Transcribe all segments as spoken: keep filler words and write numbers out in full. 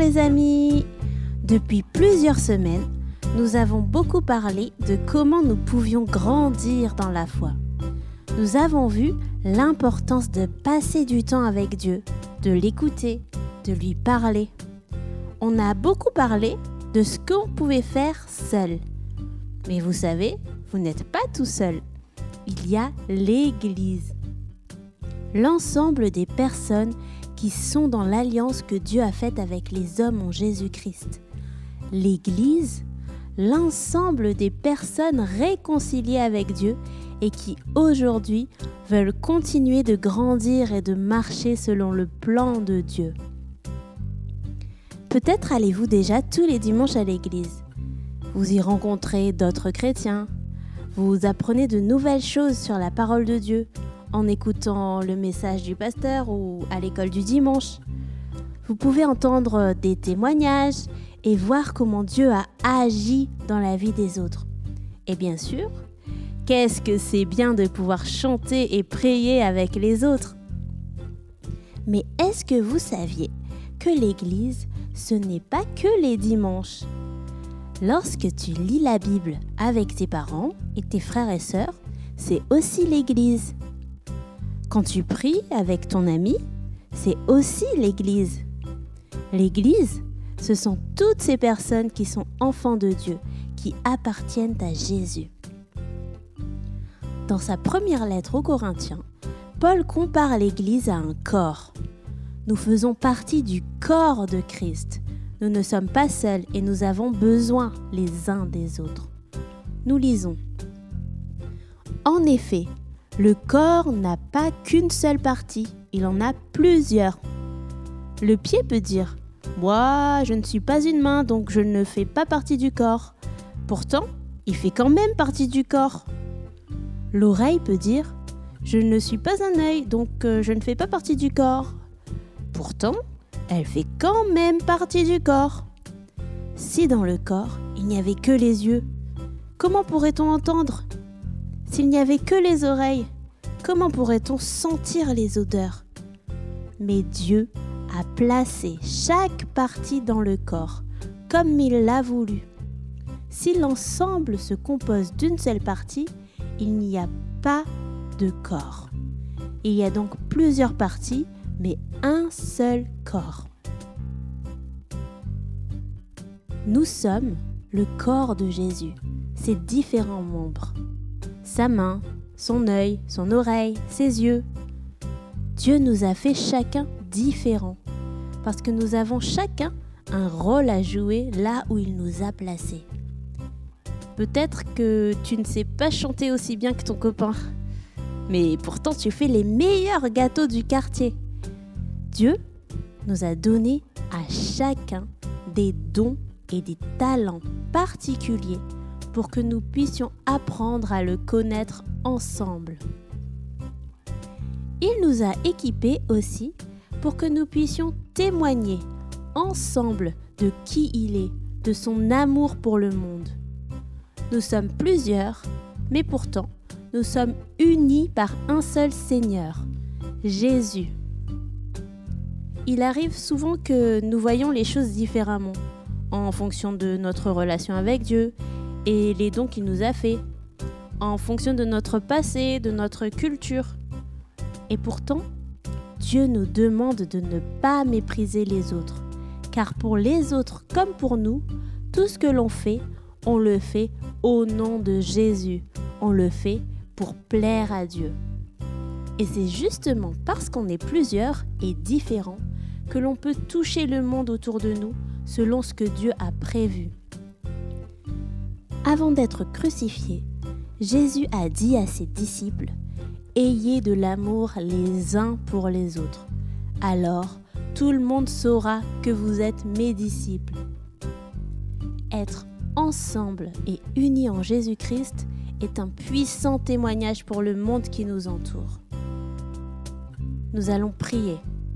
les amis! Depuis plusieurs semaines, nous avons beaucoup parlé de comment nous pouvions grandir dans la foi. Nous avons vu l'importance de passer du temps avec Dieu, de l'écouter, de lui parler. On a beaucoup parlé de ce qu'on pouvait faire seul. Mais vous savez, vous n'êtes pas tout seul. Il y a l'Église. L'ensemble des personnes qui sont dans l'alliance que Dieu a faite avec les hommes en Jésus-Christ. L'Église, l'ensemble des personnes réconciliées avec Dieu et qui aujourd'hui veulent continuer de grandir et de marcher selon le plan de Dieu. Peut-être allez-vous déjà tous les dimanches à l'église. Vous y rencontrez d'autres chrétiens. Vous apprenez de nouvelles choses sur la parole de Dieu en écoutant le message du pasteur ou à l'école du dimanche. Vous pouvez entendre des témoignages et voir comment Dieu a agi dans la vie des autres. Et bien sûr, qu'est-ce que c'est bien de pouvoir chanter et prier avec les autres. Mais est-ce que vous saviez que l'église, ce n'est pas que les dimanches? Lorsque tu lis la Bible avec tes parents et tes frères et sœurs, c'est aussi l'église. Quand tu pries avec ton ami, c'est aussi l'église. L'église, ce sont toutes ces personnes qui sont enfants de Dieu, qui appartiennent à Jésus. Dans sa première lettre aux Corinthiens, Paul compare l'église à un corps. Nous faisons partie du corps de Christ. Nous ne sommes pas seuls et nous avons besoin les uns des autres. Nous lisons. En effet, le corps n'a pas qu'une seule partie, il en a plusieurs. Le pied peut dire « Moi, je ne suis pas une main, donc je ne fais pas partie du corps. » Pourtant, il fait quand même partie du corps. L'oreille peut dire « Je ne suis pas un œil, donc euh, je ne fais pas partie du corps. » Pourtant, elle fait quand même partie du corps. Si dans le corps, il n'y avait que les yeux, comment pourrait-on entendre ? S'il n'y avait que les oreilles, comment pourrait-on sentir les odeurs ? Mais Dieu a placé chaque partie dans le corps, comme il l'a voulu. Si l'ensemble se compose d'une seule partie, il n'y a pas de corps. Il y a donc plusieurs parties, mais un seul corps. Nous sommes le corps de Jésus, ses différents membres. Sa main, son œil, son oreille, ses yeux. Dieu nous a fait chacun différents, parce que nous avons chacun un rôle à jouer là où il nous a placés. Peut-être que tu ne sais pas chanter aussi bien que ton copain, mais pourtant tu fais les meilleurs gâteaux du quartier. Dieu nous a donné à chacun des dons et des talents particuliers pour que nous puissions apprendre à le connaître ensemble. Il nous a équipés aussi pour que nous puissions témoigner ensemble de qui il est, de son amour pour le monde. Nous sommes plusieurs, mais pourtant, nous sommes unis par un seul Seigneur, Jésus. Il arrive souvent que nous voyons les choses différemment, en fonction de notre relation avec Dieu et les dons qu'il nous a faits, en fonction de notre passé, de notre culture. Et pourtant, Dieu nous demande de ne pas mépriser les autres, car pour les autres comme pour nous, tout ce que l'on fait, on le fait au nom de Jésus. On le fait pour plaire à Dieu. Et c'est justement parce qu'on est plusieurs et différents que l'on peut toucher le monde autour de nous selon ce que Dieu a prévu. Avant d'être crucifié, Jésus a dit à ses disciples « Ayez de l'amour les uns pour les autres. Alors, tout le monde saura que vous êtes mes disciples. » Être ensemble et unis en Jésus-Christ est un puissant témoignage pour le monde qui nous entoure. Nous allons prier.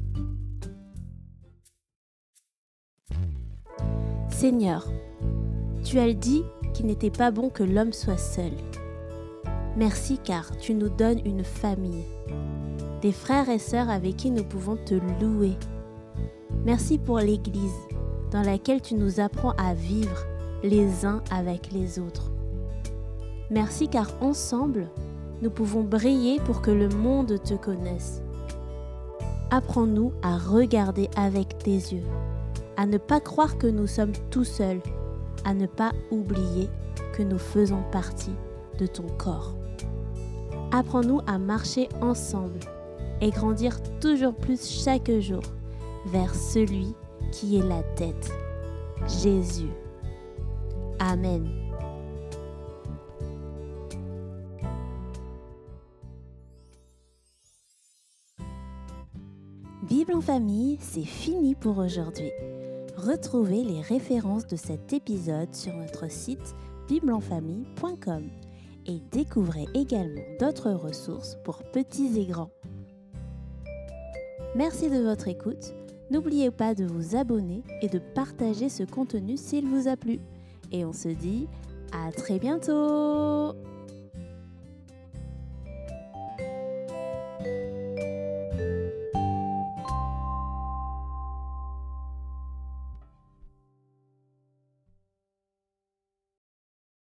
Seigneur, tu as dit qu'il n'était pas bon que l'homme soit seul. Merci car tu nous donnes une famille, des frères et sœurs avec qui nous pouvons te louer. Merci pour l'Église, dans laquelle tu nous apprends à vivre les uns avec les autres. Merci car ensemble, nous pouvons briller pour que le monde te connaisse. Apprends-nous à regarder avec tes yeux, à ne pas croire que nous sommes tout seuls, à ne pas oublier que nous faisons partie de ton corps. Apprends-nous à marcher ensemble et grandir toujours plus chaque jour vers celui qui est la tête, Jésus. Amen. Bible en famille, c'est fini pour aujourd'hui. Retrouvez les références de cet épisode sur notre site bible en famille point com et découvrez également d'autres ressources pour petits et grands. Merci de votre écoute. N'oubliez pas de vous abonner et de partager ce contenu s'il vous a plu. Et on se dit à très bientôt!